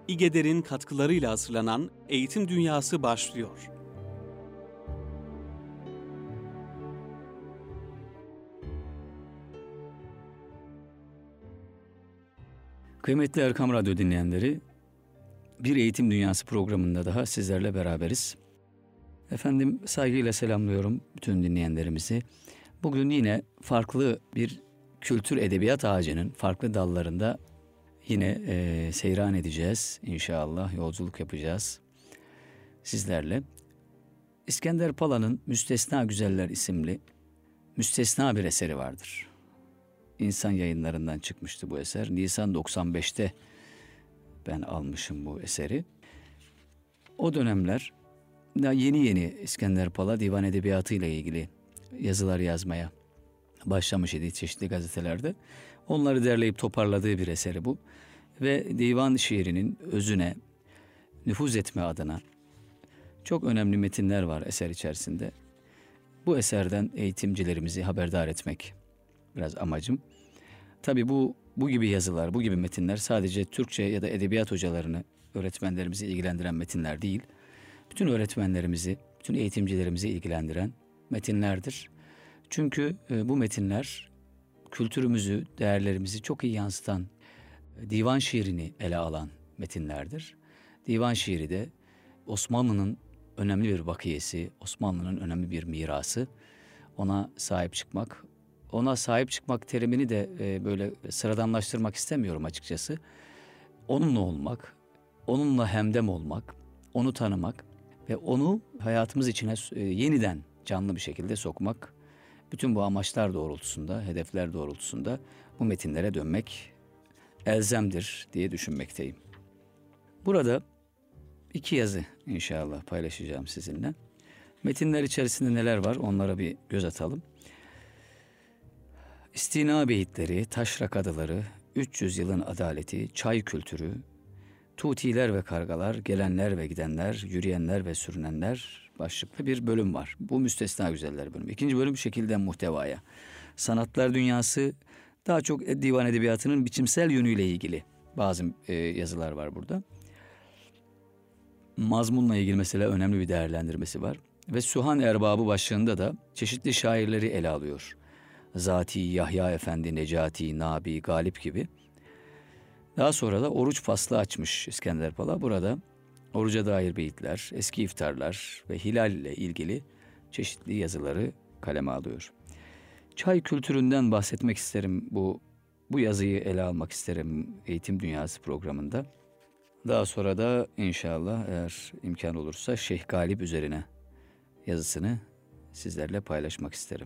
İGEDER'in katkılarıyla hazırlanan Eğitim Dünyası başlıyor. Kıymetli Erkam Radyo dinleyenleri, bir Eğitim Dünyası programında daha sizlerle beraberiz. Efendim, saygıyla selamlıyorum bütün dinleyenlerimizi. Bugün yine farklı bir kültür edebiyat ağacının farklı dallarında yine seyran edeceğiz. İnşallah yolculuk yapacağız sizlerle. İskender Pala'nın Müstesna Güzeller isimli müstesna bir eseri vardır. İnsan Yayınlarından çıkmıştı bu eser. Nisan 95'te ben almışım bu eseri. O dönemler daha yeni İskender Pala divan edebiyatı ile ilgili yazılar yazmaya başlamış idi çeşitli gazetelerde. Onları derleyip toparladığı bir eseri bu. Ve divan şiirinin özüne nüfuz etme adına çok önemli metinler var eser içerisinde. Bu eserden eğitimcilerimizi haberdar etmek biraz amacım. Tabii bu gibi yazılar, bu gibi metinler sadece Türkçe ya da edebiyat hocalarını, öğretmenlerimizi ilgilendiren metinler değil. Bütün öğretmenlerimizi, bütün eğitimcilerimizi ilgilendiren metinlerdir. Çünkü bu metinler kültürümüzü, değerlerimizi çok iyi yansıtan, divan şiirini ele alan metinlerdir. Divan şiiri de Osmanlı'nın önemli bir bakiyesi, Osmanlı'nın önemli bir mirası. Ona sahip çıkmak terimini de böyle sıradanlaştırmak istemiyorum açıkçası. Onunla olmak, onunla hemdem olmak, onu tanımak ve onu hayatımız içine yeniden canlı bir şekilde sokmak. Bütün bu amaçlar doğrultusunda, hedefler doğrultusunda bu metinlere dönmek elzemdir diye düşünmekteyim. Burada 2 yazı inşallah paylaşacağım sizinle. Metinler içerisinde neler var onlara bir göz atalım. İstina beyitleri, taşrak adıları, 300 yılın adaleti, çay kültürü, tutiler ve kargalar, gelenler ve gidenler, yürüyenler ve sürünenler başlıklı bir bölüm var. Bu Müstesna Güzeller bölümü. 2. bölüm şekilden muhtevaya. Sanatlar dünyası daha çok divan edebiyatının biçimsel yönüyle ilgili bazı yazılar var burada. Mazmunla ilgili mesela önemli bir değerlendirmesi var. Ve Sühan Erbabı başlığında da çeşitli şairleri ele alıyor. Zati, Yahya Efendi, Necati, Nabi, Galip gibi. Daha sonra da oruç faslı açmış İskender Pala. Burada oruca dair beyitler, eski iftarlar ve hilal ile ilgili çeşitli yazıları kaleme alıyor. Çay kültüründen bahsetmek isterim. Bu yazıyı ele almak isterim Eğitim Dünyası programında. Daha sonra da inşallah eğer imkan olursa Şeyh Galip üzerine yazısını sizlerle paylaşmak isterim.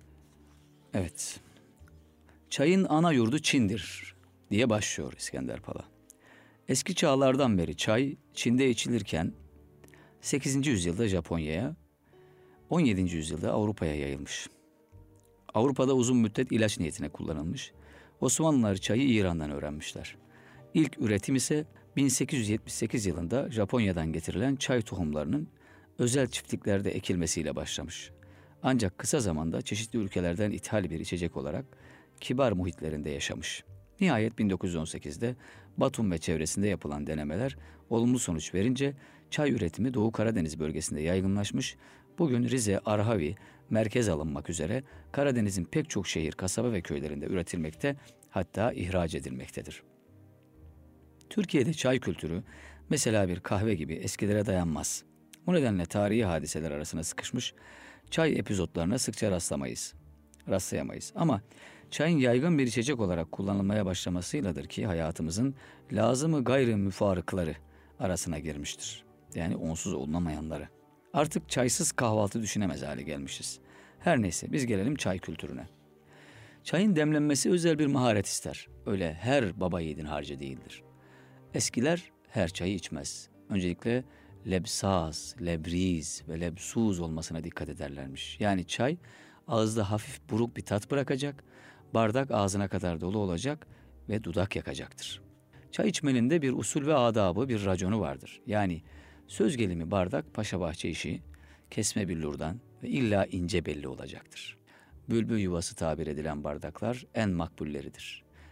Evet. Çayın ana yurdu Çin'dir diye başlıyor İskender Pala. Eski çağlardan beri çay Çin'de içilirken 8. yüzyılda Japonya'ya, 17. yüzyılda Avrupa'ya yayılmış. Avrupa'da uzun müddet ilaç niyetine kullanılmış. Osmanlılar çayı İran'dan öğrenmişler. İlk üretim ise 1878 yılında Japonya'dan getirilen çay tohumlarının özel çiftliklerde ekilmesiyle başlamış. Ancak kısa zamanda çeşitli ülkelerden ithal bir içecek olarak kibar muhitlerinde yaşamış. Nihayet 1918'de Batum ve çevresinde yapılan denemeler olumlu sonuç verince çay üretimi Doğu Karadeniz bölgesinde yaygınlaşmış. Bugün Rize, Arhavi merkez alınmak üzere Karadeniz'in pek çok şehir, kasaba ve köylerinde üretilmekte, hatta ihraç edilmektedir. Türkiye'de çay kültürü mesela bir kahve gibi eskilere dayanmaz. Bu nedenle tarihi hadiseler arasına sıkışmış çay epizotlarına sıkça rastlayamayız. Ama çayın yaygın bir içecek olarak kullanılmaya başlamasıyladır ki hayatımızın lazımı gayrı müfarıkları arasına girmiştir. Yani onsuz olunamayanları. Artık çaysız kahvaltı düşünemez hale gelmişiz. Her neyse biz gelelim çay kültürüne. Çayın demlenmesi özel bir maharet ister. Öyle her baba yiğidin harcı değildir. Eskiler her çayı içmez. Öncelikle lebsaz, lebriz ve lebsuz olmasına dikkat ederlermiş. Yani çay ağızda hafif buruk bir tat bırakacak, bardak ağzına kadar dolu olacak ve dudak yakacaktır. Çay içmenin de bir usul ve adabı, bir raconu vardır. Yani söz gelimi bardak paşabahçe işi, kesme billurdan ve illa ince belli olacaktır. Bülbül yuvası tabir edilen bardaklar en makbulleridir.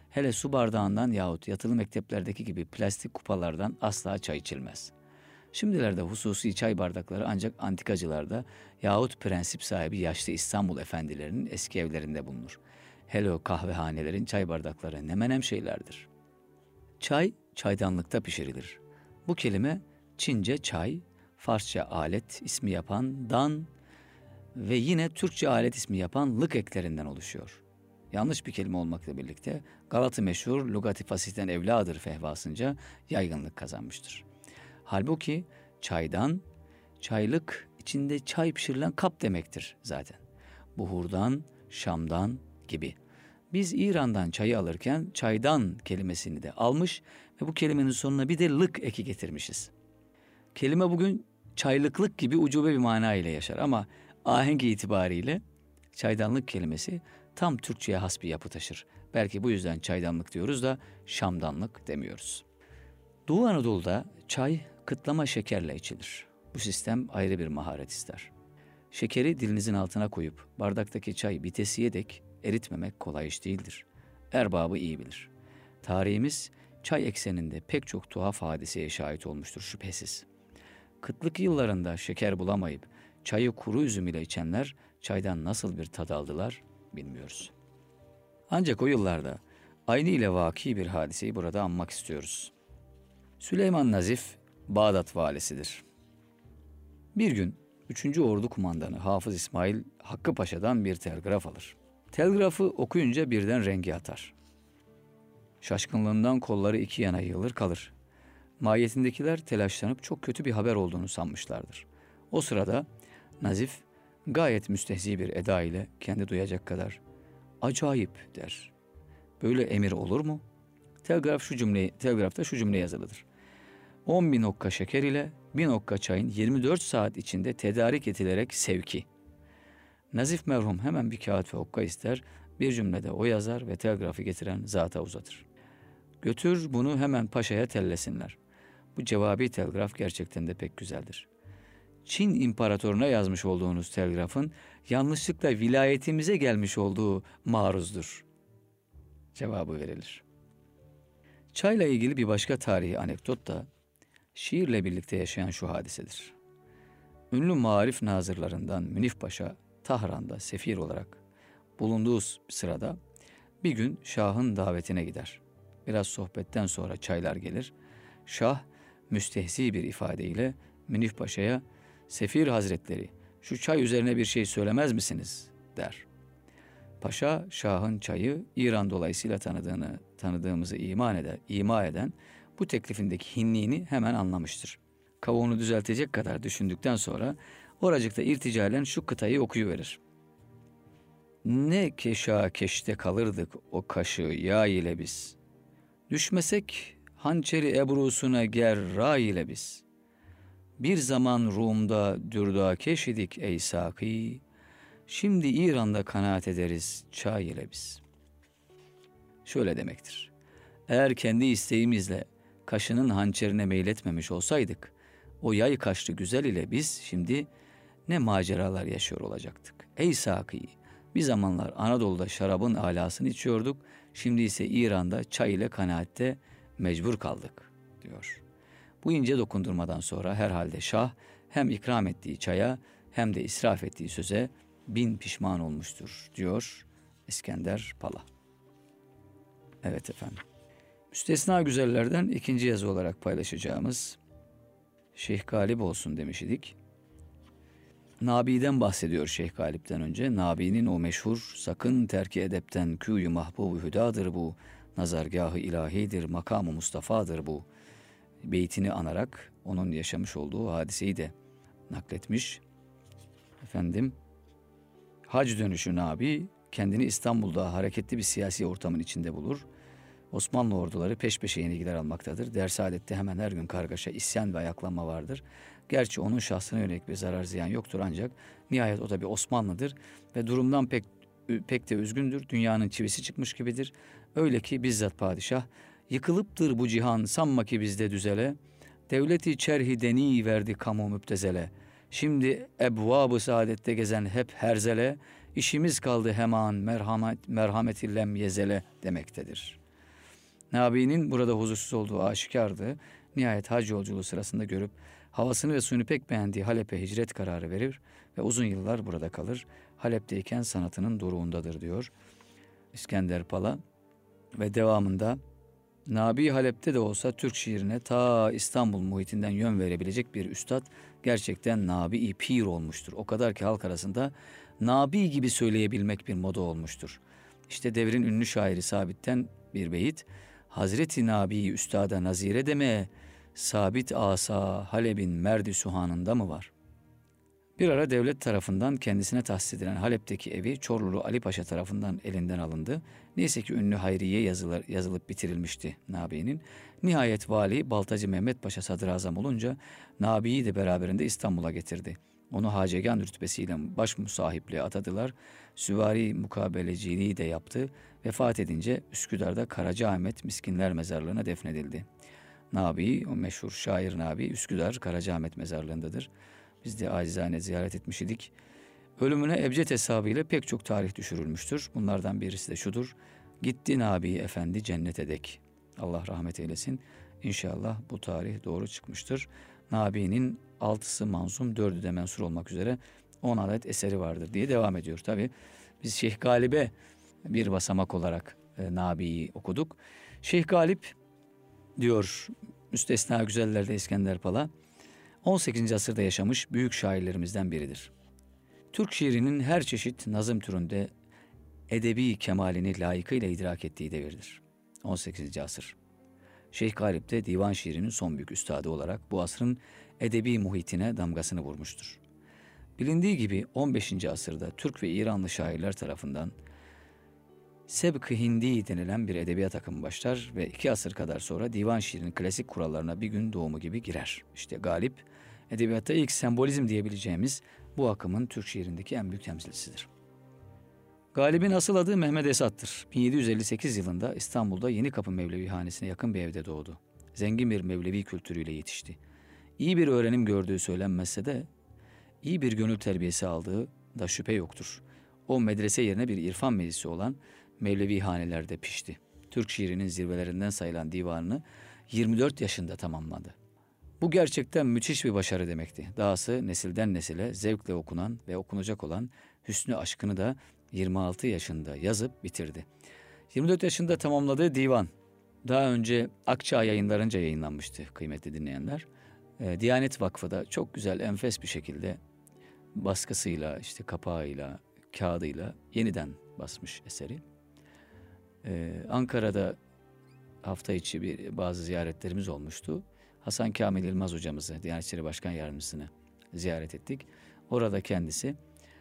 Hele su bardağından yahut yatılı mekteplerdeki gibi plastik kupalardan asla çay içilmez. Şimdilerde hususi çay bardakları ancak antikacılarda yahut prensip sahibi yaşlı İstanbul efendilerinin eski evlerinde bulunur. Hele o kahvehanelerin çay bardakları ne menem şeylerdir. Çay, çaydanlıkta pişirilir. Bu kelime Çince çay, Farsça alet ismi yapan dan ve yine Türkçe alet ismi yapan lık eklerinden oluşuyor. Yanlış bir kelime olmakla birlikte Galata meşhur lugati fasihten evladır fehvasınca yaygınlık kazanmıştır. Halbuki çaydan, çaylık içinde çay pişirilen kap demektir zaten. Buhurdan, Şam'dan gibi. Biz İran'dan çayı alırken çaydan kelimesini de almış ve bu kelimenin sonuna bir de lık eki getirmişiz. Kelime bugün çaylıklık gibi ucube bir mana ile yaşar ama ahenk itibariyle çaydanlık kelimesi tam Türkçe'ye has bir yapı taşır. Belki bu yüzden çaydanlık diyoruz da şamdanlık demiyoruz. Doğu Anadolu'da çay kıtlama şekerle içilir. Bu sistem ayrı bir maharet ister. Şekeri dilinizin altına koyup bardaktaki çay bitesiye dek eritmemek kolay iş değildir. Erbabı iyi bilir. Tarihimiz çay ekseninde pek çok tuhaf hadiseye şahit olmuştur şüphesiz. Kıtlık yıllarında şeker bulamayıp çayı kuru üzüm ile içenler çaydan nasıl bir tad aldılar bilmiyoruz. Ancak o yıllarda aynı ile vaki bir hadiseyi burada anmak istiyoruz. Süleyman Nazif Bağdat valisidir. Bir gün 3. Ordu Kumandanı Hafız İsmail Hakkı Paşa'dan bir telgraf alır. Telgrafı okuyunca birden rengi atar. Şaşkınlığından kolları iki yana yığılır kalır. Mahiyetindekiler telaşlanıp çok kötü bir haber olduğunu sanmışlardır. O sırada Nazif gayet müstehzi bir eda ile kendi duyacak kadar acayip der. Böyle emir olur mu? Telgrafta şu cümle yazılıdır. 10.000 okka şeker ile 1.000 okka çayın 24 saat içinde tedarik edilerek sevki. Nazif merhum hemen bir kağıt ve okka ister, bir cümlede o yazar ve telgrafı getiren zata uzatır. Götür bunu hemen paşaya tellesinler. Bu cevabi telgraf gerçekten de pek güzeldir. Çin imparatoruna yazmış olduğunuz telgrafın yanlışlıkla vilayetimize gelmiş olduğu maruzdur. Cevabı verilir. Çayla ilgili bir başka tarihi anekdot da şiirle birlikte yaşayan şu hadisedir. Ünlü marif nazırlarından Münif Paşa Tahran'da sefir olarak bulunduğu sırada bir gün Şah'ın davetine gider. Biraz sohbetten sonra çaylar gelir. Şah müstehzi bir ifadeyle Münif Paşa'ya "Sefir Hazretleri, şu çay üzerine bir şey söylemez misiniz?" der. Paşa, Şah'ın çayı İran dolayısıyla tanıdığımızı ima eden bu teklifindeki hinliğini hemen anlamıştır. Kavuğunu düzeltecek kadar düşündükten sonra oracıkta irticalen şu kıtayı okuyuverir. Ne keşte kalırdık o kaşı yağ ile biz. Düşmesek hançeri ebrusuna gerra ile biz. Bir zaman Rum'da dürdakeş idik ey saki. Şimdi İran'da kanaat ederiz çay ile biz. Şöyle demektir. Eğer kendi isteğimizle kaşının hançerine meyletmemiş olsaydık, o yay kaşlı güzel ile biz şimdi ne maceralar yaşıyor olacaktık. Ey saki, bir zamanlar Anadolu'da şarabın alasını içiyorduk, şimdi ise İran'da çay ile kanaatte mecbur kaldık, diyor. Bu ince dokundurmadan sonra herhalde Şah hem ikram ettiği çaya hem de israf ettiği söze 1000 pişman olmuştur, diyor İskender Pala. Evet efendim. Müstesna güzellerden ikinci yazı olarak paylaşacağımız Şeyh Galip olsun demiş idik. Nabi'den bahsediyor Şeyh Galip'ten önce. Nabi'nin o meşhur sakın terki edepten kûyu mahbub-u hüdadır bu. Nazargahı ilahidir, makamı Mustafa'dır bu. Beytini anarak onun yaşamış olduğu hadiseyi de nakletmiş. Efendim, hac dönüşü Nabi kendini İstanbul'da hareketli bir siyasi ortamın içinde bulur. Osmanlı orduları peş peşe yenilgiler almaktadır. Dersaadet'te hemen her gün kargaşa, isyan ve ayaklanma vardır. Gerçi onun şahsına yönelik bir zarar ziyan yoktur ancak nihayet o da bir Osmanlıdır ve durumdan pek de üzgündür. Dünyanın çivisi çıkmış gibidir. Öyle ki bizzat padişah yıkılıptır bu cihan sanma ki bizde düzele. Devleti çerhi deni verdi kamu müptezele. Şimdi ebvab-ı saadette gezen hep herzele. İşimiz kaldı hemen merhameti lem yezele demektedir. Nabi'nin burada huzursuz olduğu aşikardı. Nihayet hac yolculuğu sırasında görüp havasını ve suyunu pek beğendiği Halep'e hicret kararı verir ve uzun yıllar burada kalır. Halep'teyken sanatının doruğundadır diyor İskender Pala. Ve devamında Nabi Halep'te de olsa Türk şiirine ta İstanbul muhitinden yön verebilecek bir üstad, gerçekten Nabi-i Pir olmuştur. O kadar ki halk arasında Nabi gibi söyleyebilmek bir moda olmuştur. İşte devrin ünlü şairi Sabit'ten bir beyit. Hazreti Nabi Üstada nazire deme, sabit asa Halep'in merdi suhanında mı var? Bir ara devlet tarafından kendisine tahsis edilen Halep'teki evi Çorlulu Ali Paşa tarafından elinden alındı. Neyse ki ünlü Hayriye yazılıp bitirilmişti Nabi'nin. Nihayet vali Baltacı Mehmet Paşa sadrazam olunca Nabi'yi de beraberinde İstanbul'a getirdi. Onu hacegan rütbesiyle baş musahipliğe atadılar. Süvari mukabeleciliği de yaptı. Vefat edince Üsküdar'da Karacaahmet Miskinler Mezarlığı'na defnedildi. Nabi, o meşhur şair Nabi, Üsküdar Karacaahmet Mezarlığı'ndadır. Biz de acizane ziyaret etmiş idik. Ölümüne ebced hesabıyla pek çok tarih düşürülmüştür. Bunlardan birisi de şudur: gitti Nabi Efendi cennete dek. Allah rahmet eylesin. İnşallah bu tarih doğru çıkmıştır. Nabi'nin 6'sı manzum, 4'ü de mensur olmak üzere 10 adet eseri vardır diye devam ediyor. Tabi biz Şeyh Galip'e bir basamak olarak Nabi'yi okuduk. Şeyh Galip diyor Müstesna Güzeller'de İskender Pala, 18. asırda yaşamış büyük şairlerimizden biridir. Türk şiirinin her çeşit nazım türünde edebi kemalini layıkıyla idrak ettiği devirdir. 18. asır. Şeyh Galip de divan şiirinin son büyük üstadı olarak bu asrın edebi muhitine damgasını vurmuştur. Bilindiği gibi 15. asırda Türk ve İranlı şairler tarafından Sebk-ı Hindi denilen bir edebiyat akımı başlar ve 2 asır kadar sonra divan şiirinin klasik kurallarına bir gün doğumu gibi girer. İşte Galip, edebiyatta ilk sembolizm diyebileceğimiz bu akımın Türk şiirindeki en büyük temsilcisidir. Galip'in asıl adı Mehmet Esat'tır. 1758 yılında İstanbul'da Yenikapı Mevlevihanesi'ne yakın bir evde doğdu. Zengin bir Mevlevi kültürüyle yetişti. İyi bir öğrenim gördüğü söylenmezse de iyi bir gönül terbiyesi aldığı da şüphe yoktur. O medrese yerine bir irfan meclisi olan Mevlevi hanelerde pişti. Türk şiirinin zirvelerinden sayılan divanını 24 yaşında tamamladı. Bu gerçekten müthiş bir başarı demekti. Dahası nesilden nesile zevkle okunan ve okunacak olan Hüsnü Aşkı'nı da 26 yaşında yazıp bitirdi. 24 yaşında tamamladığı divan daha önce Akçağ Yayınlarınca yayınlanmıştı kıymetli dinleyenler. Diyanet Vakfı da çok güzel, enfes bir şekilde baskısıyla, işte kapağıyla, kağıdıyla yeniden basmış eseri. Ankara'da hafta içi bazı ziyaretlerimiz olmuştu. Hasan Kamil İlmaz hocamızı, Diyanet İşleri Başkan Yardımcısını ziyaret ettik. Orada kendisi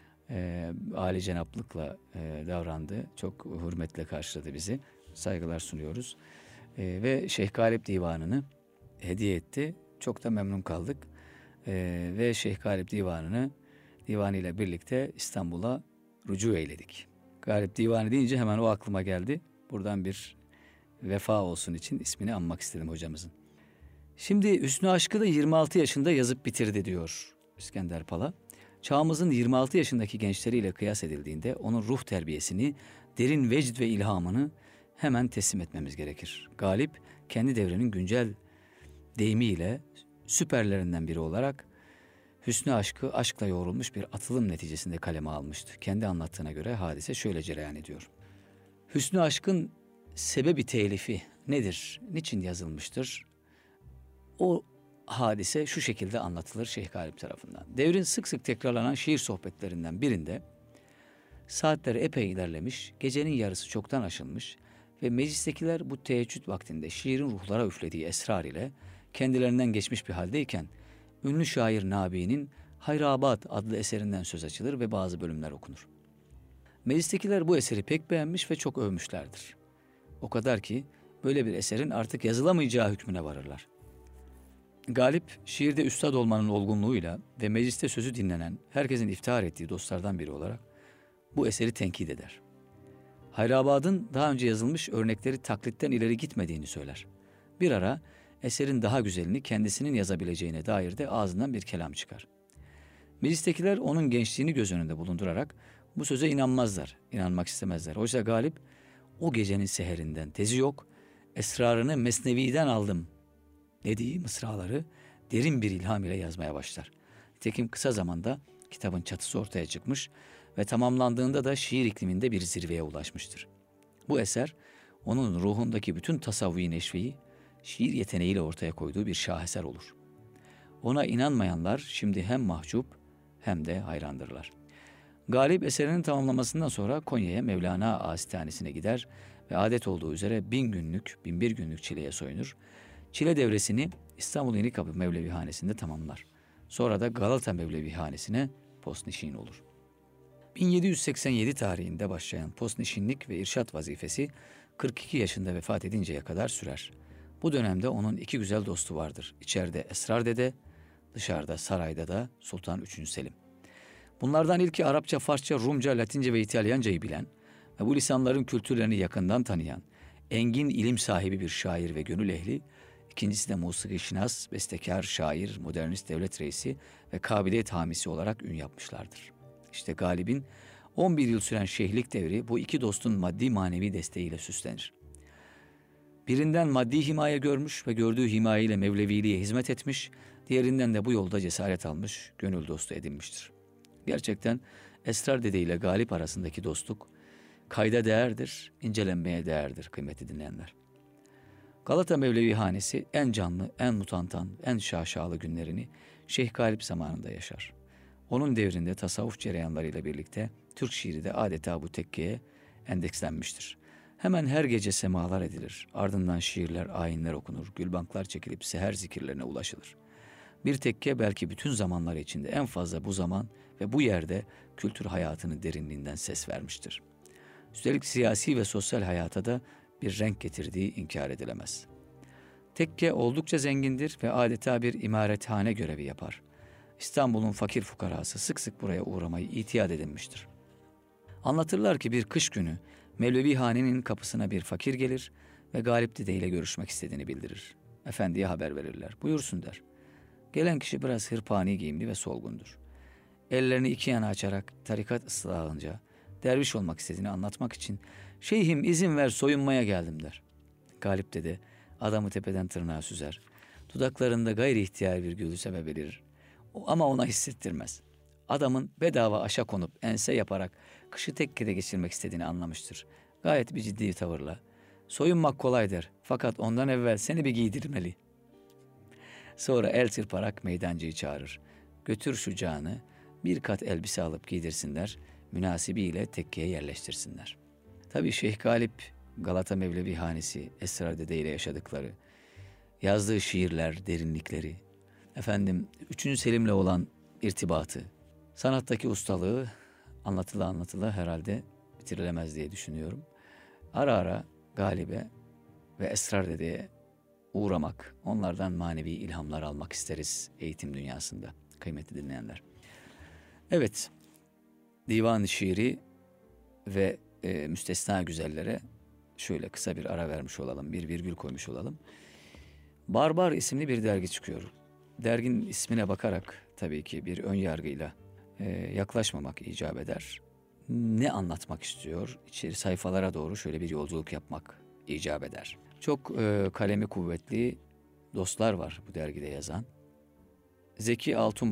âli cenaplıkla davrandı. Çok hürmetle karşıladı bizi. Saygılar sunuyoruz. Ve Şeyh Galip Divanı'nı hediye etti. Çok da memnun kaldık. Ve Şeyh Galip Divanı ile birlikte İstanbul'a rücu eyledik. Galip Divanı deyince hemen o aklıma geldi. Buradan bir vefa olsun için ismini anmak istedim hocamızın. Şimdi Hüsnü Aşk'ı da 26 yaşında yazıp bitirdi diyor İskender Pala. Çağımızın 26 yaşındaki gençleriyle kıyas edildiğinde onun ruh terbiyesini, derin vecd ve ilhamını hemen teslim etmemiz gerekir. Galip kendi devrinin güncel deyimiyle süperlerinden biri olarak Hüsnü Aşk'ı aşkla yoğrulmuş bir atılım neticesinde kaleme almıştı. Kendi anlattığına göre hadise şöyle cereyan ediyor. Hüsnü Aşk'ın sebebi telifi nedir? Niçin yazılmıştır? O hadise şu şekilde anlatılır Şeyh Galip tarafından. Devrin sık sık tekrarlanan şiir sohbetlerinden birinde saatler epey ilerlemiş, gecenin yarısı çoktan aşılmış ve meclistekiler bu teheccüd vaktinde şiirin ruhlara üflediği esrar ile kendilerinden geçmiş bir haldeyken ünlü şair Nabi'nin Hayrabat adlı eserinden söz açılır ve bazı bölümler okunur. Meclistekiler bu eseri pek beğenmiş ve çok övmüşlerdir. O kadar ki böyle bir eserin artık yazılamayacağı hükmüne varırlar. Galip, şiirde üstad olmanın olgunluğuyla ve mecliste sözü dinlenen, herkesin iftihar ettiği dostlardan biri olarak bu eseri tenkit eder. Hayrabad'ın daha önce yazılmış örnekleri taklitten ileri gitmediğini söyler. Bir ara eserin daha güzelini kendisinin yazabileceğine dair de ağzından bir kelam çıkar. Meclistekiler onun gençliğini göz önünde bulundurarak bu söze inanmazlar, inanmak istemezler. Oysa Galip o gecenin seherinden tezi yok, esrarını Mesnevi'den aldım dediği mısraları derin bir ilham ile yazmaya başlar. Nitekim kısa zamanda kitabın çatısı ortaya çıkmış ve tamamlandığında da şiir ikliminde bir zirveye ulaşmıştır. Bu eser onun ruhundaki bütün tasavvufi neşveyi şiir yeteneğiyle ortaya koyduğu bir şaheser olur. Ona inanmayanlar şimdi hem mahcup hem de hayrandırlar. Galip eserinin tamamlamasından sonra Konya'ya Mevlana Ağaçhanesi'ne gider ve adet olduğu üzere 1000 günlük, 1001 günlük çileye soyunur. Çile devresini İstanbul Yenikapı Mevlevihanesi'nde tamamlar. Sonra da Galata Mevlevihanesi'ne postnişin olur. 1787 tarihinde başlayan postnişinlik ve irşat vazifesi 42 yaşında vefat edinceye kadar sürer. Bu dönemde onun iki güzel dostu vardır. İçeride Esrar Dede, dışarıda sarayda da Sultan 3. Selim. Bunlardan ilki Arapça, Farsça, Rumca, Latince ve İtalyancayı bilen ve bu lisanların kültürlerini yakından tanıyan, engin ilim sahibi bir şair ve gönül ehli, ikincisi de musikîşinas, bestekar, şair, modernist devlet reisi ve kabiliyet hamisi olarak ün yapmışlardır. İşte Galip'in 11 yıl süren şeyhlik devri bu iki dostun maddi manevi desteğiyle süslenir. Birinden maddi himaye görmüş ve gördüğü himayeyle Mevleviliğe hizmet etmiş, diğerinden de bu yolda cesaret almış, gönül dostu edinmiştir. Gerçekten Esrar Dede ile Galip arasındaki dostluk kayda değerdir, incelenmeye değerdir kıymetli dinleyenler. Galata Mevlevihanesi en canlı, en mutantan, en şaşalı günlerini Şeyh Galip zamanında yaşar. Onun devrinde tasavvuf cereyanlarıyla birlikte Türk şiiri de adeta bu tekkeye endekslenmiştir. Hemen her gece semalar edilir, ardından şiirler, ayinler okunur, gülbanklar çekilip seher zikirlerine ulaşılır. Bir tekke belki bütün zamanlar içinde en fazla bu zaman ve bu yerde kültür hayatının derinliğinden ses vermiştir. Üstelik siyasi ve sosyal hayata da bir renk getirdiği inkar edilemez. Tekke oldukça zengindir ve adeta bir imarethane görevi yapar. İstanbul'un fakir fukarası sık sık buraya uğramayı itiyat edinmiştir. Anlatırlar ki bir kış günü Mevlevihane'nin kapısına bir fakir gelir ve Galip Dede ile görüşmek istediğini bildirir. Efendiye haber verirler. Buyursun der. Gelen kişi biraz hırpani giyimli ve solgundur. Ellerini iki yana açarak tarikat ıslahınca derviş olmak istediğini anlatmak için "Şeyhim izin ver soyunmaya geldim" der. Galip Dede adamı tepeden tırnağa süzer. Dudaklarında gayri ihtiyar bir gülümseme belirir. Ama ona hissettirmez. Adamın bedava aşa konup ense yaparak kışı tekkede geçirmek istediğini anlamıştır. Gayet bir ciddi tavırla "Soyunmak kolay" der. Fakat ondan evvel seni bir giydirmeli. Sonra el çırparak meydancıyı çağırır. "Götür şu canı, bir kat elbise alıp giydirsinler, münasibiyle tekkeye yerleştirsinler." Tabii Şeyh Galip, Galata Mevlevihanesi, Esrar Dede ile yaşadıkları, yazdığı şiirler, derinlikleri, 3. Selim'le olan irtibatı, sanattaki ustalığı anlatıla herhalde bitirilemez diye düşünüyorum. Ara ara Galip'e ve Esrar Dede'ye uğramak, onlardan manevi ilhamlar almak isteriz eğitim dünyasında kıymetli dinleyenler. Evet, divan-ı şiiri ve müstesna güzellere şöyle kısa bir ara vermiş olalım, bir virgül koymuş olalım. Barbar isimli bir dergi çıkıyor. Derginin ismine bakarak tabii ki bir ön yargıyla yaklaşmamak icap eder. Ne anlatmak istiyor? İçeri sayfalara doğru şöyle bir yolculuk yapmak icap eder. Çok kalemi kuvvetli dostlar var bu dergide yazan. Zeki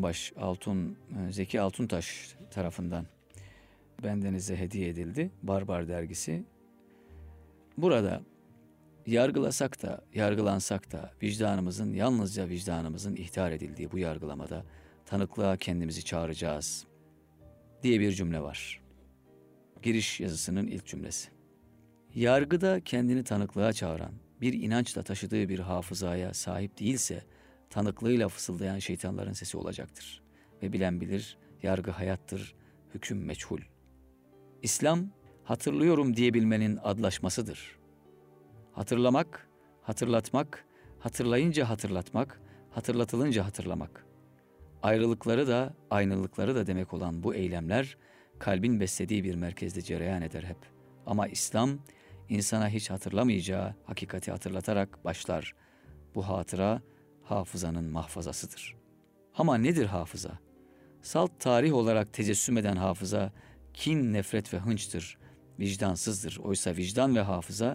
Altuntaş tarafından bendenize hediye edildi Barbar dergisi. Burada yargılasak da, yargılansak da yalnızca vicdanımızın ihtar edildiği bu yargılamada tanıklığa kendimizi çağıracağız diye bir cümle var. Giriş yazısının ilk cümlesi. Yargıda kendini tanıklığa çağıran, bir inançla taşıdığı bir hafızaya sahip değilse, tanıklığıyla fısıldayan şeytanların sesi olacaktır. Ve bilen bilir, yargı hayattır, hüküm meçhul. İslam, hatırlıyorum diyebilmenin adlaşmasıdır. Hatırlamak, hatırlatmak, hatırlayınca hatırlatmak, hatırlatılınca hatırlamak. Ayrılıkları da, aynılıkları da demek olan bu eylemler, kalbin beslediği bir merkezde cereyan eder hep. Ama İslam, insana hiç hatırlamayacağı hakikati hatırlatarak başlar. Bu hatıra, hafızanın mahfazasıdır. Ama nedir hafıza? Salt tarih olarak tecessüm eden hafıza, kin, nefret ve hınçtır, vicdansızdır. Oysa vicdan ve hafıza,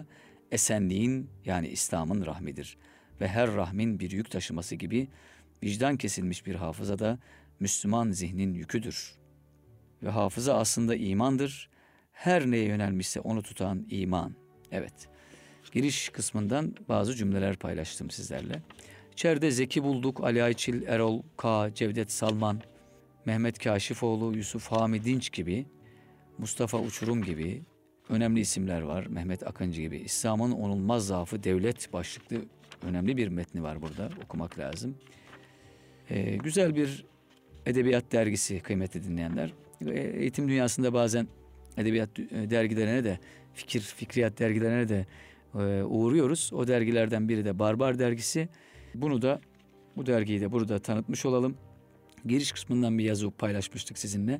esenliğin yani İslam'ın rahmidir. Ve her rahmin bir yük taşıması gibi vicdan kesilmiş bir hafıza da Müslüman zihnin yüküdür. Ve hafıza aslında imandır. Her neye yönelmişse onu tutan iman. Evet. Giriş kısmından bazı cümleler paylaştım sizlerle. İçeride Zeki Bulduk, Ali Ayçil, Erol K, Cevdet Salman, Mehmet Kaşifoğlu, Yusuf Hami Dinç gibi, Mustafa Uçurum gibi önemli isimler var. Mehmet Akıncı gibi. İslam'ın onulmaz zaafı devlet başlıklı önemli bir metni var burada. Okumak lazım. Güzel bir edebiyat dergisi kıymetli dinleyenler. Eğitim dünyasında bazen edebiyat dergilerine de, fikriyat dergilerine de uğruyoruz. O dergilerden biri de Barbar dergisi. Bu dergiyi de burada tanıtmış olalım. Giriş kısmından bir yazı paylaşmıştık sizinle.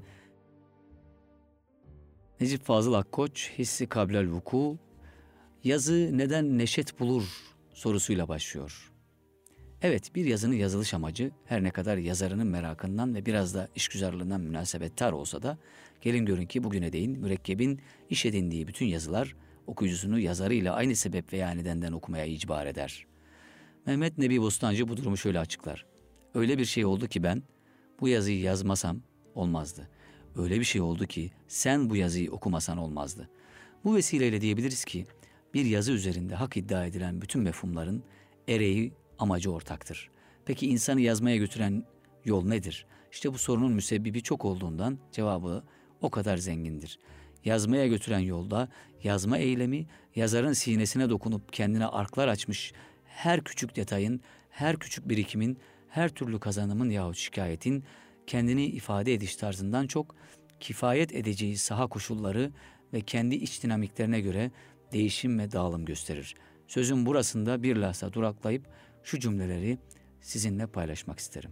Necip Fazıl Akkoç, Hissi Kablel Vuku, yazı neden neşet bulur sorusuyla başlıyor. Evet, bir yazının yazılış amacı her ne kadar yazarının merakından ve biraz da işgüzarlığından münasebettar olsa da gelin görün ki bugüne değin mürekkebin iş edindiği bütün yazılar okuyucusunu yazarıyla aynı sebep veya nedenden okumaya icbar eder. Mehmet Nebi Bostancı bu durumu şöyle açıklar. Öyle bir şey oldu ki ben bu yazıyı yazmasam olmazdı. Öyle bir şey oldu ki sen bu yazıyı okumasan olmazdı. Bu vesileyle diyebiliriz ki bir yazı üzerinde hak iddia edilen bütün mefhumların ereği, amacı ortaktır. Peki insanı yazmaya götüren yol nedir? İşte bu sorunun müsebbibi çok olduğundan cevabı o kadar zengindir. Yazmaya götüren yolda yazma eylemi yazarın sinesine dokunup kendine arklar açmış her küçük detayın, her küçük birikimin, her türlü kazanımın yahut şikayetin kendini ifade ediş tarzından çok kifayet edeceği saha koşulları ve kendi iç dinamiklerine göre değişim ve dağılım gösterir. Sözün burasında bir lahza duraklayıp şu cümleleri sizinle paylaşmak isterim.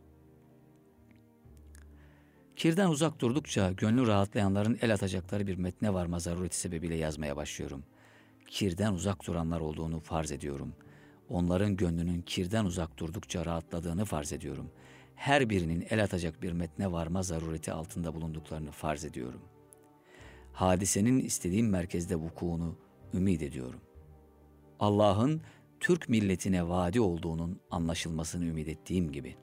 Kirden uzak durdukça gönlü rahatlayanların el atacakları bir metne varma zarureti sebebiyle yazmaya başlıyorum. Kirden uzak duranlar olduğunu farz ediyorum. Onların gönlünün kirden uzak durdukça rahatladığını farz ediyorum. Her birinin el atacak bir metne varma zarureti altında bulunduklarını farz ediyorum. Hadisenin istediğim merkezde vukuunu ümit ediyorum. Allah'ın Türk milletine vaadi olduğunun anlaşılmasını ümit ettiğim gibi.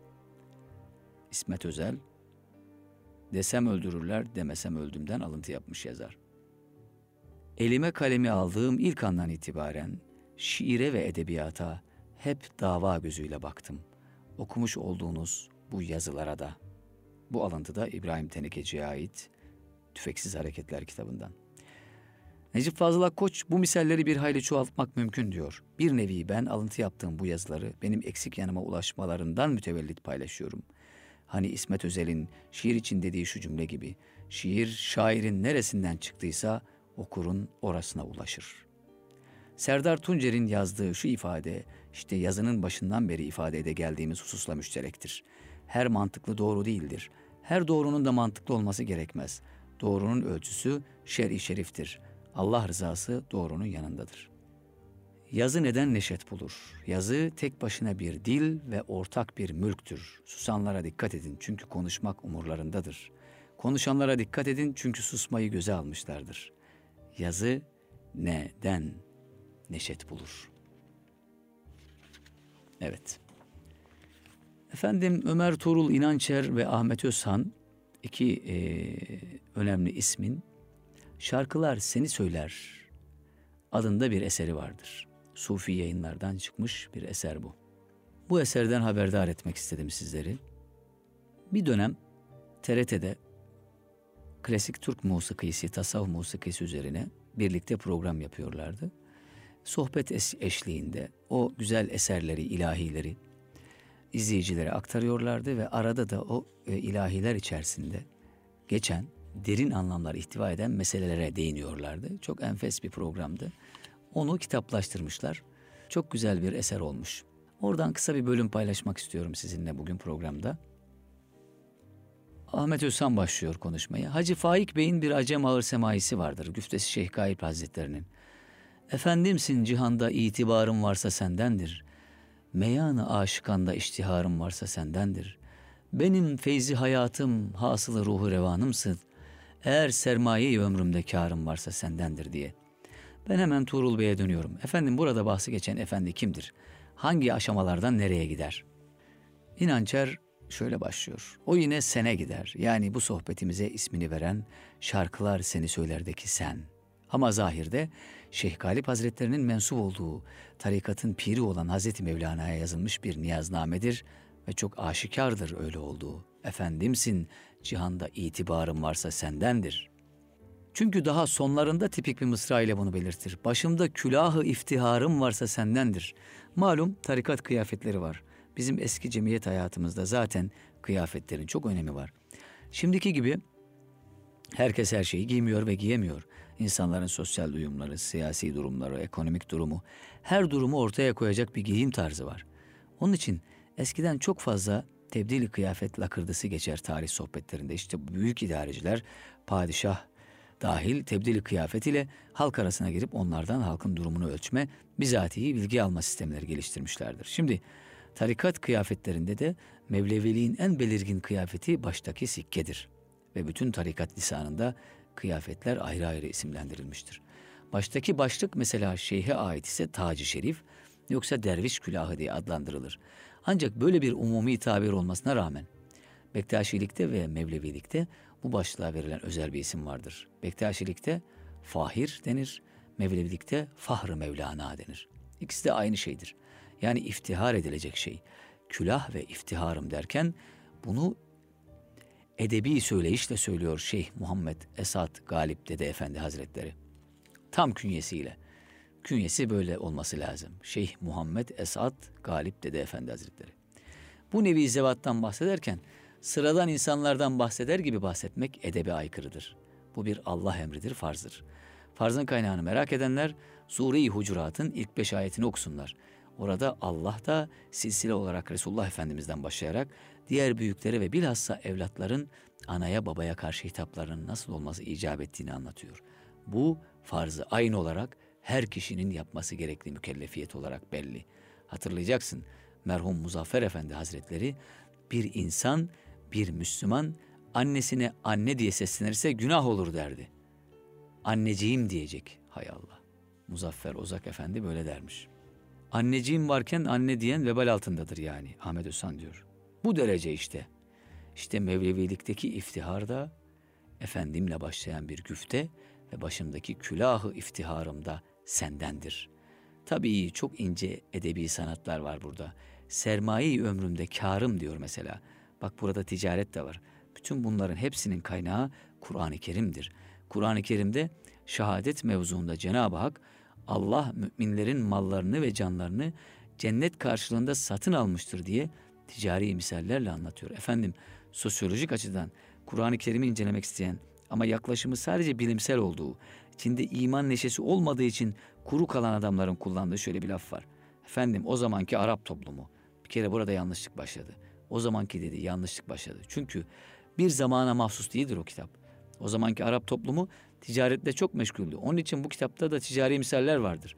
İsmet Özel, desem öldürürler, demesem öldümden alıntı yapmış yazar. Elime kalemi aldığım ilk andan itibaren şiire ve edebiyata hep dava gözüyle baktım. Okumuş olduğunuz bu yazılara da. Bu alıntı da İbrahim Tenekeci'ye ait Tüfeksiz Hareketler kitabından. Necip Fazıl Akkoç bu misalleri bir hayli çoğaltmak mümkün diyor. Bir nevi ben alıntı yaptığım bu yazıları benim eksik yanıma ulaşmalarından mütevellit paylaşıyorum. Hani İsmet Özel'in şiir için dediği şu cümle gibi, şiir şairin neresinden çıktıysa okurun orasına ulaşır. Serdar Tuncer'in yazdığı şu ifade, işte yazının başından beri ifade ede geldiğimiz hususla müşterektir. Her mantıklı doğru değildir. Her doğrunun da mantıklı olması gerekmez. Doğrunun ölçüsü şer-i şeriftir. Allah rızası doğrunun yanındadır. Yazı neden neşet bulur? Yazı tek başına bir dil ve ortak bir mülktür. Susanlara dikkat edin çünkü konuşmak umurlarındadır. Konuşanlara dikkat edin çünkü susmayı göze almışlardır. Yazı neden neşet bulur? Evet. Efendim Ömer Tuğrul İnançer ve Ahmet Özhan iki önemli ismin Şarkılar Seni Söyler adında bir eseri vardır. Sufi Yayınlardan çıkmış bir eser bu. Bu eserden haberdar etmek istedim sizleri. Bir dönem TRT'de klasik Türk musikisi, tasavvuf musikisi üzerine birlikte program yapıyorlardı. Sohbet eşliğinde o güzel eserleri, ilahileri izleyicilere aktarıyorlardı ve arada da o ilahiler içerisinde geçen derin anlamlar ihtiva eden meselelere değiniyorlardı. Çok enfes bir programdı. Onu kitaplaştırmışlar. Çok güzel bir eser olmuş. Oradan kısa bir bölüm paylaşmak istiyorum sizinle bugün programda. Ahmet Özhan başlıyor konuşmaya. Hacı Faik Bey'in bir acem ağır semaisi vardır. Güftesi Şeyh Galip Hazretlerinin. Efendimsin cihanda itibarım varsa sendendir. Meyanı aşıkanda iştiharım varsa sendendir. Benim feyzi hayatım, hasılı ruhu revanımsın. Eğer sermaye-i ömrümde kârım varsa sendendir diye. Ben hemen Tuğrul Bey'e dönüyorum. Efendim burada bahsi geçen efendi kimdir? Hangi aşamalardan nereye gider? İnançer şöyle başlıyor. O yine sene gider. Yani bu sohbetimize ismini veren şarkılar seni söylerdeki sen. Ama zahirde Şeyh Galip Hazretlerinin mensup olduğu tarikatın piri olan Hazreti Mevlana'ya yazılmış bir niyaznamedir ve çok aşikardır öyle olduğu. Efendimsin, cihanda itibarım varsa sendendir. Çünkü daha sonlarında tipik bir mısra ile bunu belirtir. Başımda külahı iftiharım varsa sendendir. Malum tarikat kıyafetleri var. Bizim eski cemiyet hayatımızda zaten kıyafetlerin çok önemi var. Şimdiki gibi herkes her şeyi giymiyor ve giyemiyor. İnsanların sosyal duyumları, siyasi durumları, ekonomik durumu, her durumu ortaya koyacak bir giyim tarzı var. Onun için eskiden çok fazla tebdili kıyafet lakırdısı geçer tarih sohbetlerinde. İşte büyük idareciler, padişah dahil tebdili kıyafet ile halk arasına girip onlardan halkın durumunu ölçme, bizatihi bilgi alma sistemleri geliştirmişlerdir. Şimdi tarikat kıyafetlerinde de Mevleviliğin en belirgin kıyafeti baştaki sikkedir. Ve bütün tarikat lisanında kıyafetler ayrı ayrı isimlendirilmiştir. Baştaki başlık mesela şeyhe ait ise tac-ı şerif, yoksa derviş külahı diye adlandırılır. Ancak böyle bir umumi tabir olmasına rağmen Bektaşilikte ve Mevlevilikte bu başlığa verilen özel bir isim vardır. Bektaşilikte Fahir denir, Mevlevilikte Fahr-ı Mevlana denir. İkisi de aynı şeydir. Yani iftihar edilecek şey. Külah ve iftiharım derken bunu edebi söyleyişle söylüyor Şeyh Muhammed Esad Galip Dede Efendi Hazretleri. Tam künyesiyle. Künyesi böyle olması lazım. Şeyh Muhammed Esad Galip Dede Efendi Hazretleri. Bu nevi zevattan bahsederken sıradan insanlardan bahseder gibi bahsetmek edebe aykırıdır. Bu bir Allah emridir, farzdır. Farzın kaynağını merak edenler Sure-i Hucurat'ın ilk 5 ayetini okusunlar. Orada Allah da silsile olarak Resulullah Efendimiz'den başlayarak diğer büyüklere ve bilhassa evlatların anaya babaya karşı hitaplarının nasıl olması icap ettiğini anlatıyor. Bu farzı aynı olarak her kişinin yapması gerekli mükellefiyet olarak belli. Hatırlayacaksın, merhum Muzaffer Efendi Hazretleri bir insan, bir Müslüman annesine anne diye seslenirse günah olur derdi. Anneciğim diyecek. Hay Allah. Muzaffer Ozak Efendi böyle dermiş. Anneciğim varken anne diyen vebal altındadır yani. Ahmet Özhan diyor. Bu derece işte. İşte Mevlevilikteki iftihar da efendimle başlayan bir güfte ve başımdaki külahı iftiharım da sendendir. Tabii çok ince edebi sanatlar var burada. Sermaye-i ömrümde kârım diyor mesela. Bak burada ticaret de var. Bütün bunların hepsinin kaynağı Kur'an-ı Kerim'dir. Kur'an-ı Kerim'de şehadet mevzuunda Cenab-ı Hak Allah müminlerin mallarını ve canlarını cennet karşılığında satın almıştır diye ticari misallerle anlatıyor. Efendim sosyolojik açıdan Kur'an-ı Kerim'i incelemek isteyen ama yaklaşımı sadece bilimsel olduğu, içinde iman neşesi olmadığı için kuru kalan adamların kullandığı şöyle bir laf var. Efendim o zamanki Arap toplumu, bir kere burada yanlışlık başladı. O zamanki dedi yanlışlık başladı. Çünkü bir zamana mahsus değildir o kitap. O zamanki Arap toplumu ticaretle çok meşguldü. Onun için bu kitapta da ticari misaller vardır.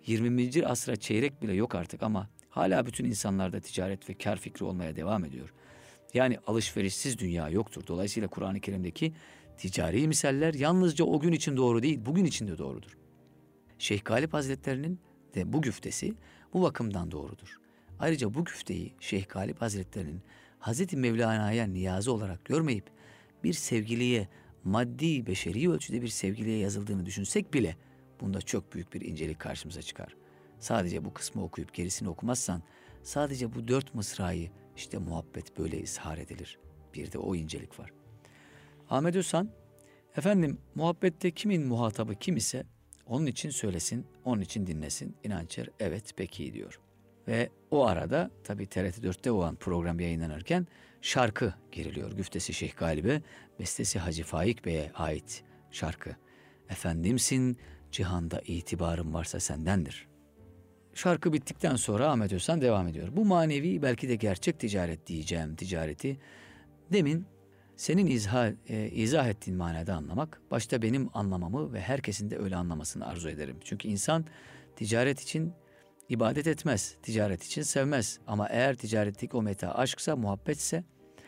20. asra çeyrek bile yok artık ama hala bütün insanlarda ticaret ve kar fikri olmaya devam ediyor. Yani alışverişsiz dünya yoktur. Dolayısıyla Kur'an-ı Kerim'deki ticari misaller yalnızca o gün için doğru değil, bugün için de doğrudur. Şeyh Galip Hazretlerinin de bu güftesi bu bakımdan doğrudur. Ayrıca bu güfteyi Şeyh Galip Hazretlerinin Hazreti Mevlana'ya niyazı olarak görmeyip bir sevgiliye, maddi, beşeri ölçüde bir sevgiliye yazıldığını düşünsek bile bunda çok büyük bir incelik karşımıza çıkar. Sadece bu kısmı okuyup gerisini okumazsan sadece bu 4 mısrayı işte muhabbet böyle ishar edilir. Bir de o incelik var. Ahmet Özhan, efendim muhabbette kimin muhatabı kim ise onun için söylesin, onun için dinlesin. İnançer evet peki diyor. Ve o arada tabii TRT 4'te olan program yayınlanırken şarkı giriliyor. Güftesi Şeyh Galip'e, bestesi Hacı Faik Bey'e ait şarkı. Efendimsin, cihanda itibarım varsa sendendir. Şarkı bittikten sonra Ahmet Özhan devam ediyor. Bu manevi belki de gerçek ticaret diyeceğim ticareti demin senin izah ettiğin manada anlamak, başta benim anlamamı ve herkesin de öyle anlamasını arzu ederim. Çünkü insan ticaret için ibadet etmez, ticaret için sevmez. Ama eğer ticaretteki o meta aşksa, muhabbetse,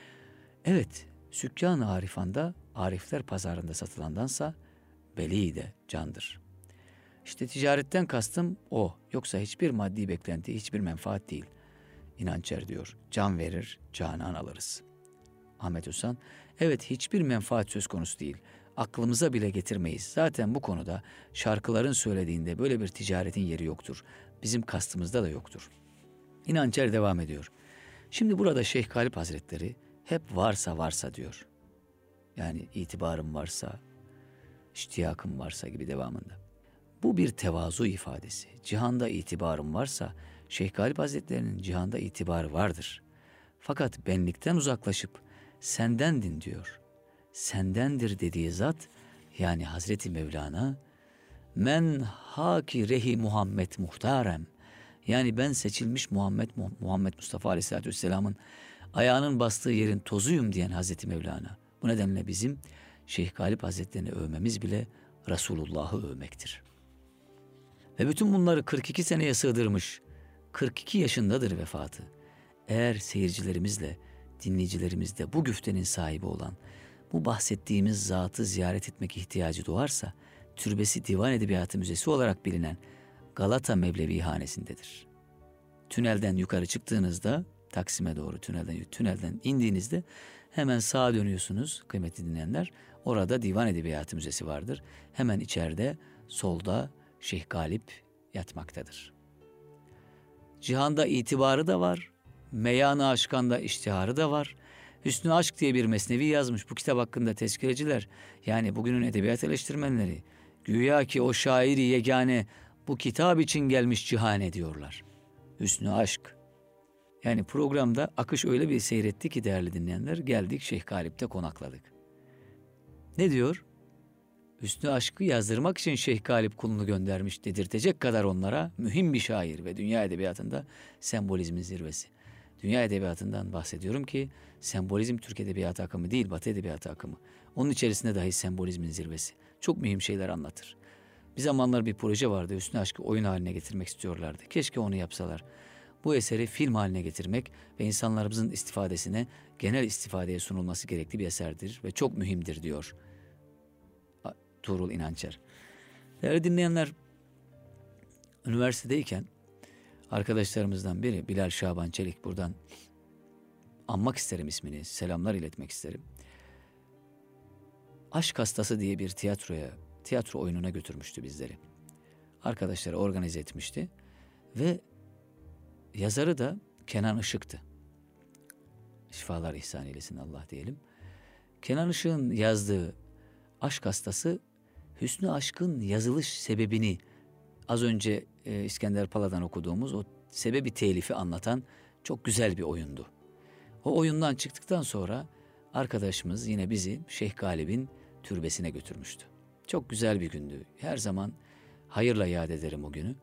evet, sükkan-ı arifanda, arifler pazarında satılandansa beli de candır. İşte ticaretten kastım o. Yoksa hiçbir maddi beklenti, hiçbir menfaat değil. İnançer diyor. Can verir, canan alırız. Ahmet Özhan, evet hiçbir menfaat söz konusu değil. Aklımıza bile getirmeyiz. Zaten bu konuda şarkıların söylediğinde böyle bir ticaretin yeri yoktur. Bizim kastımızda da yoktur. İnançer devam ediyor. Şimdi burada Şeyh Galip Hazretleri hep varsa varsa diyor. Yani itibarım varsa, iştiyakım varsa gibi devamında. Bu bir tevazu ifadesi. Cihanda itibarım varsa Şeyh Galip Hazretleri'nin cihanda itibarı vardır. Fakat benlikten uzaklaşıp sendendin diyor. Sendendir dediği zat yani Hazreti Mevlana men haki rehi Muhammed muhtarem yani ben seçilmiş Muhammed Mustafa Aleyhisselatü Vesselam'ın ayağının bastığı yerin tozuyum diyen Hazreti Mevlana. Bu nedenle bizim Şeyh Galip Hazretlerini övmemiz bile Resulullah'ı övmektir. Ve bütün bunları 42 seneye sığdırmış. 42 yaşındadır vefatı. Eğer seyircilerimizle, dinleyicilerimizde bu güftenin sahibi olan, bu bahsettiğimiz zatı ziyaret etmek ihtiyacı doğarsa, türbesi Divan Edebiyatı Müzesi olarak bilinen Galata Mevlevi Hanesi'ndedir. Tünelden yukarı çıktığınızda, Taksim'e doğru tünelden indiğinizde hemen sağa dönüyorsunuz kıymetli dinleyenler. Orada Divan Edebiyatı Müzesi vardır. Hemen içeride solda Şeyh Galip yatmaktadır. Cihanda itibarı da var. Meyan-ı Aşkan'da iştiharı da var. Hüsnü Aşk diye bir mesnevi yazmış. Bu kitap hakkında tezkireciler yani bugünün edebiyat eleştirmenleri güya ki o şairi yegane bu kitap için gelmiş cihane diyorlar. Hüsnü Aşk. Yani programda akış öyle bir seyretti ki değerli dinleyenler geldik Şeyh Galip'te konakladık. Ne diyor? Hüsnü Aşk'ı yazdırmak için Şeyh Galip kulunu göndermiş dedirtecek kadar onlara mühim bir şair ve dünya edebiyatında sembolizmin zirvesi. Dünya edebiyatından bahsediyorum ki sembolizm Türk edebiyatı akımı değil Batı edebiyatı akımı. Onun içerisinde dahi sembolizmin zirvesi. Çok mühim şeyler anlatır. Bir zamanlar bir proje vardı. Hüsnü Aşk'ı oyun haline getirmek istiyorlardı. Keşke onu yapsalar. Bu eseri film haline getirmek ve insanlarımızın istifadesine, genel istifadeye sunulması gerekli bir eserdir ve çok mühimdir diyor Tuğrul İnançer. Değerli dinleyenler, üniversitedeyken arkadaşlarımızdan biri Bilal Şaban Çelik, buradan anmak isterim ismini, selamlar iletmek isterim. Aşk Hastası diye bir tiyatro oyununa götürmüştü bizleri. Arkadaşları organize etmişti ve yazarı da Kenan Işık'tı. Şifalar ihsan eylesin Allah diyelim. Kenan Işık'ın yazdığı Aşk Hastası, Hüsnü Aşk'ın yazılış sebebini az önce İskender Pala'dan okuduğumuz o sebebi telifi anlatan çok güzel bir oyundu. O oyundan çıktıktan sonra arkadaşımız yine bizi Şeyh Galip'in türbesine götürmüştü. Çok güzel bir gündü. Her zaman hayırla yad ederim o günü.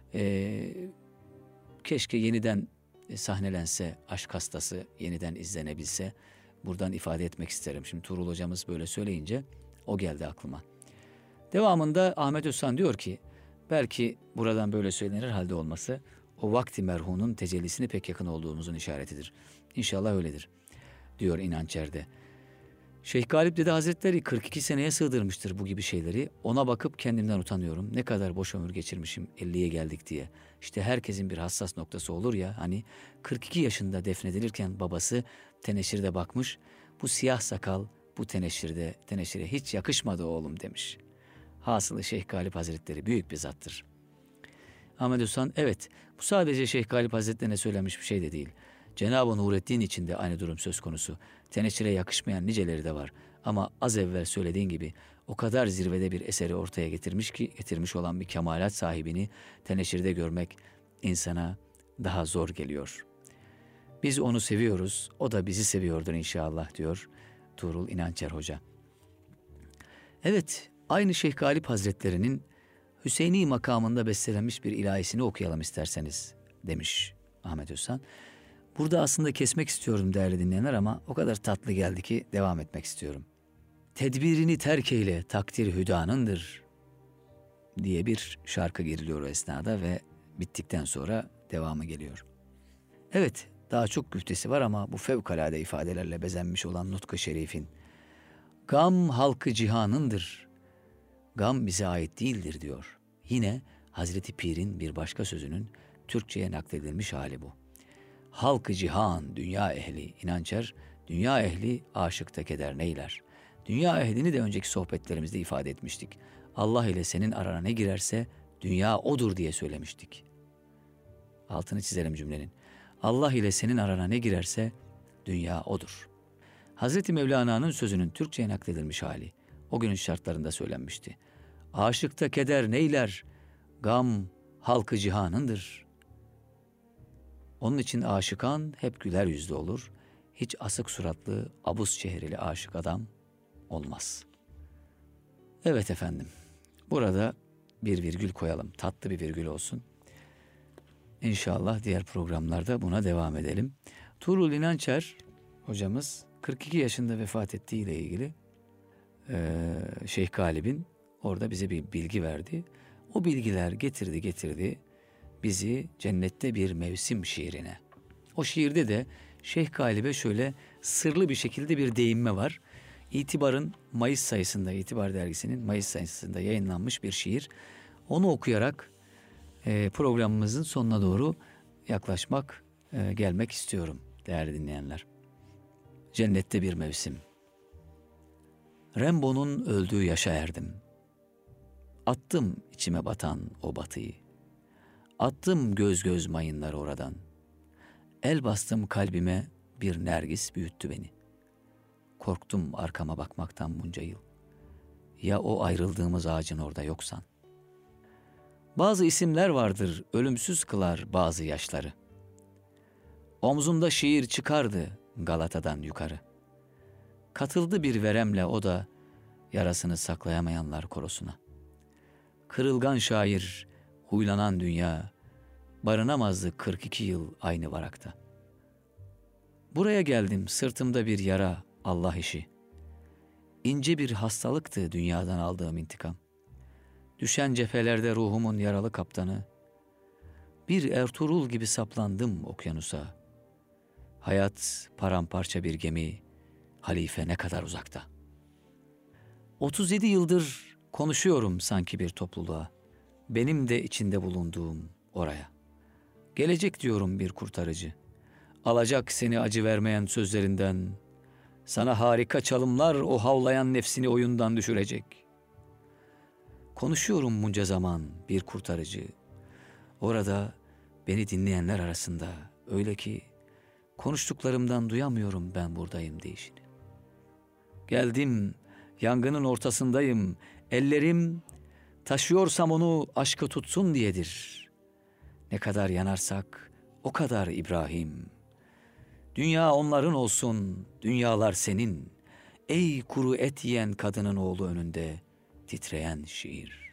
Keşke yeniden sahnelense, Aşk Hastası yeniden izlenebilse. Buradan ifade etmek isterim. Şimdi Tuğrul hocamız böyle söyleyince o geldi aklıma. Devamında Ahmet Özhan diyor ki, belki buradan böyle söylenir halde olması o vakti merhunun tecellisine pek yakın olduğumuzun işaretidir. İnşallah öyledir diyor İnançer'de. Şeyh Galip Dede Hazretleri 42 seneye sığdırmıştır bu gibi şeyleri. Ona bakıp kendimden utanıyorum. Ne kadar boş ömür geçirmişim 50'ye geldik diye. İşte herkesin bir hassas noktası olur ya, hani 42 yaşında defnedilirken babası teneşirde bakmış. Bu siyah sakal bu teneşire hiç yakışmadı oğlum demiş. Hasılı Şeyh Galip Hazretleri büyük bir zattır. Ahmet Özhan, evet bu sadece Şeyh Galip Hazretlerine söylenmiş bir şey de değil. Cenab-ı Nureddin için de aynı durum söz konusu. Teneşire yakışmayan niceleri de var. Ama az evvel söylediğin gibi o kadar zirvede bir eseri ortaya getirmiş olan bir kemalat sahibini teneşirde görmek insana daha zor geliyor. Biz onu seviyoruz, o da bizi seviyordur inşallah diyor Tuğrul İnançer Hoca. Evet, aynı Şeyh Galip Hazretleri'nin Hüseyni makamında bestelenmiş bir ilahisini okuyalım isterseniz demiş Ahmet Özhan. Burada aslında kesmek istiyorum değerli dinleyenler ama o kadar tatlı geldi ki devam etmek istiyorum. Tedbirini terk eyle takdir hüdanındır diye bir şarkı giriliyor o esnada ve bittikten sonra devamı geliyor. Evet, daha çok güftesi var ama bu fevkalade ifadelerle bezenmiş olan Nutku Şerif'in gam halkı cihanındır, gam bize ait değildir diyor. Yine Hazreti Pir'in bir başka sözünün Türkçe'ye nakledilmiş hali bu. Halkı cihan, dünya ehli, inançer, dünya ehli aşıkta keder neyler. Dünya ehlini de önceki sohbetlerimizde ifade etmiştik. Allah ile senin arana ne girerse dünya odur diye söylemiştik. Altını çizelim cümlenin. Allah ile senin arana ne girerse dünya odur. Hazreti Mevlana'nın sözünün Türkçe'ye nakledilmiş hali o günün şartlarında söylenmişti. Aşıkta keder neyler, gam halkı cihanındır. Onun için aşıkan hep güler yüzlü olur. Hiç asık suratlı, abuz çehreli aşık adam olmaz. Evet efendim, burada bir virgül koyalım. Tatlı bir virgül olsun. İnşallah diğer programlarda buna devam edelim. Tuğrul İnançer hocamız 42 yaşında vefat ettiğiyle ilgili Şeyh Galip'in orada bize bir bilgi verdi. O bilgiler getirdi bizi Cennette Bir Mevsim şiirine. O şiirde de Şeyh Galip'e şöyle sırlı bir şekilde bir değinme var. İtibar'ın Mayıs sayısında, İtibar dergisinin Mayıs sayısında yayınlanmış bir şiir. Onu okuyarak programımızın sonuna doğru gelmek istiyorum değerli dinleyenler. Cennette bir mevsim. Rembo'nun öldüğü yaşa erdim. Attım içime batan o batıyı. Attım göz göz mayınları oradan. El bastım kalbime, bir nergis büyüttü beni. Korktum arkama bakmaktan bunca yıl. Ya o ayrıldığımız ağacın orada yoksan. Bazı isimler vardır, ölümsüz kılar bazı yaşları. Omzunda şiir çıkardı Galata'dan yukarı. Katıldı bir veremle o da yarasını saklayamayanlar korosuna. Kırılgan şair, huylanan dünya, barınamazdı 42 yıl aynı varakta. Buraya geldim sırtımda bir yara, Allah işi. İnce bir hastalıktı dünyadan aldığım intikam. Düşen cephelerde ruhumun yaralı kaptanı. Bir Ertuğrul gibi saplandım okyanusa. Hayat paramparça bir gemi, halife ne kadar uzakta. 37 yıldır konuşuyorum sanki bir topluluğa. Benim de içinde bulunduğum oraya. Gelecek diyorum bir kurtarıcı. Alacak seni acı vermeyen sözlerinden. Sana harika çalımlar o havlayan nefsini oyundan düşürecek. Konuşuyorum bunca zaman bir kurtarıcı. Orada beni dinleyenler arasında öyle ki konuştuklarımdan duyamıyorum ben buradayım deyişini. Geldim, yangının ortasındayım. Ellerim taşıyorsam onu aşkı tutsun diyedir. Ne kadar yanarsak o kadar İbrahim. Dünya onların olsun, dünyalar senin. Ey kuru et yiyen kadının oğlu önünde titreyen şiir.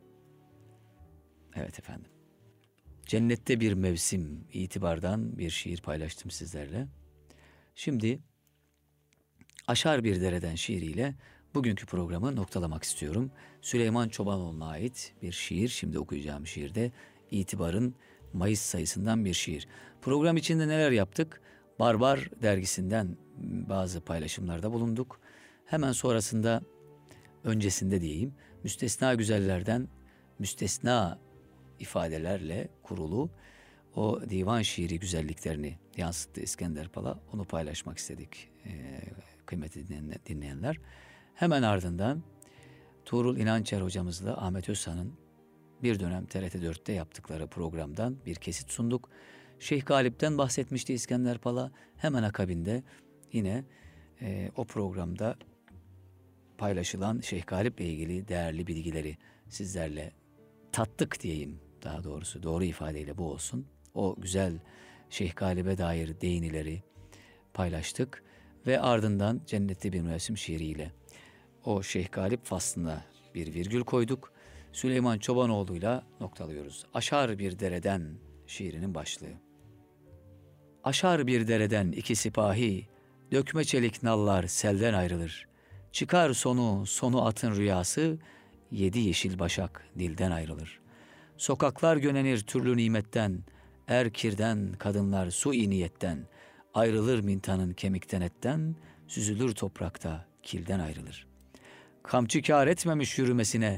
Evet efendim. Cennette bir mevsim itibardan bir şiir paylaştım sizlerle. Şimdi Aşar Bir Dereden şiiriyle bugünkü programı noktalamak istiyorum. Süleyman Çobanoğlu'na ait bir şiir, şimdi okuyacağım şiirde İtibar'ın Mayıs sayısından bir şiir. Program içinde neler yaptık? Barbar dergisinden bazı paylaşımlarda bulunduk. Hemen sonrasında, öncesinde diyeyim, Müstesna Güzeller'den müstesna ifadelerle kurulu o divan şiiri güzelliklerini yansıttı İskender Pala. Onu paylaşmak istedik kıymetli dinleyenler. Hemen ardından Tuğrul İnançer hocamızla Ahmet Özhan'ın bir dönem TRT 4'te yaptıkları programdan bir kesit sunduk. Şeyh Galip'ten bahsetmişti İskender Pala. Hemen akabinde yine o programda paylaşılan Şeyh Galip'le ilgili değerli bilgileri sizlerle tattık diyeyim, daha doğrusu doğru ifadeyle bu olsun. O güzel Şeyh Galip'e dair değinileri paylaştık ve ardından Cennette Bir Mevsim şiiriyle o Şeyh Galip faslına bir virgül koyduk. Süleyman Çobanoğlu'yla noktalıyoruz. Aşar Bir Dereden şiirinin başlığı. Aşar bir dereden iki sipahi, dökme çelik nallar selden ayrılır. Çıkar sonu atın rüyası, 7 yeşil başak dilden ayrılır. Sokaklar gönenir türlü nimetten, kirden kadınlar su-i niyetten, ayrılır mintanın kemikten etten, süzülür toprakta kilden ayrılır. Kamçı kâr etmemiş yürümesine,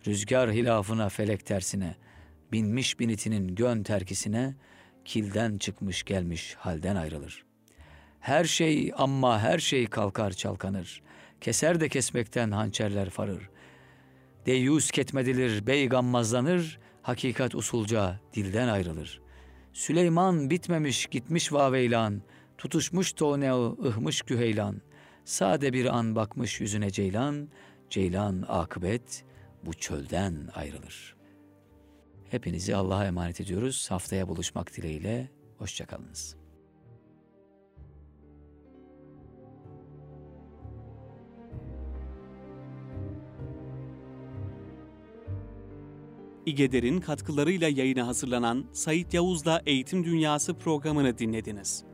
Rüzgar hilafına felek tersine, binmiş binitinin gön terkisine, kilden çıkmış gelmiş halden ayrılır. Her şey amma her şey kalkar çalkanır, keser de kesmekten hançerler farır. Deyyus ketmedilir, bey gammazlanır, hakikat usulca dilden ayrılır. Süleyman bitmemiş gitmiş vaveylan, tutuşmuş toneğı ıhmış güheylan. Sade bir an bakmış yüzüne ceylan, ceylan akıbet bu çölden ayrılır. Hepinizi Allah'a emanet ediyoruz. Haftaya buluşmak dileğiyle, hoşçakalınız. İgeder'in katkılarıyla yayına hazırlanan Sait Yavuz'la Eğitim Dünyası programını dinlediniz.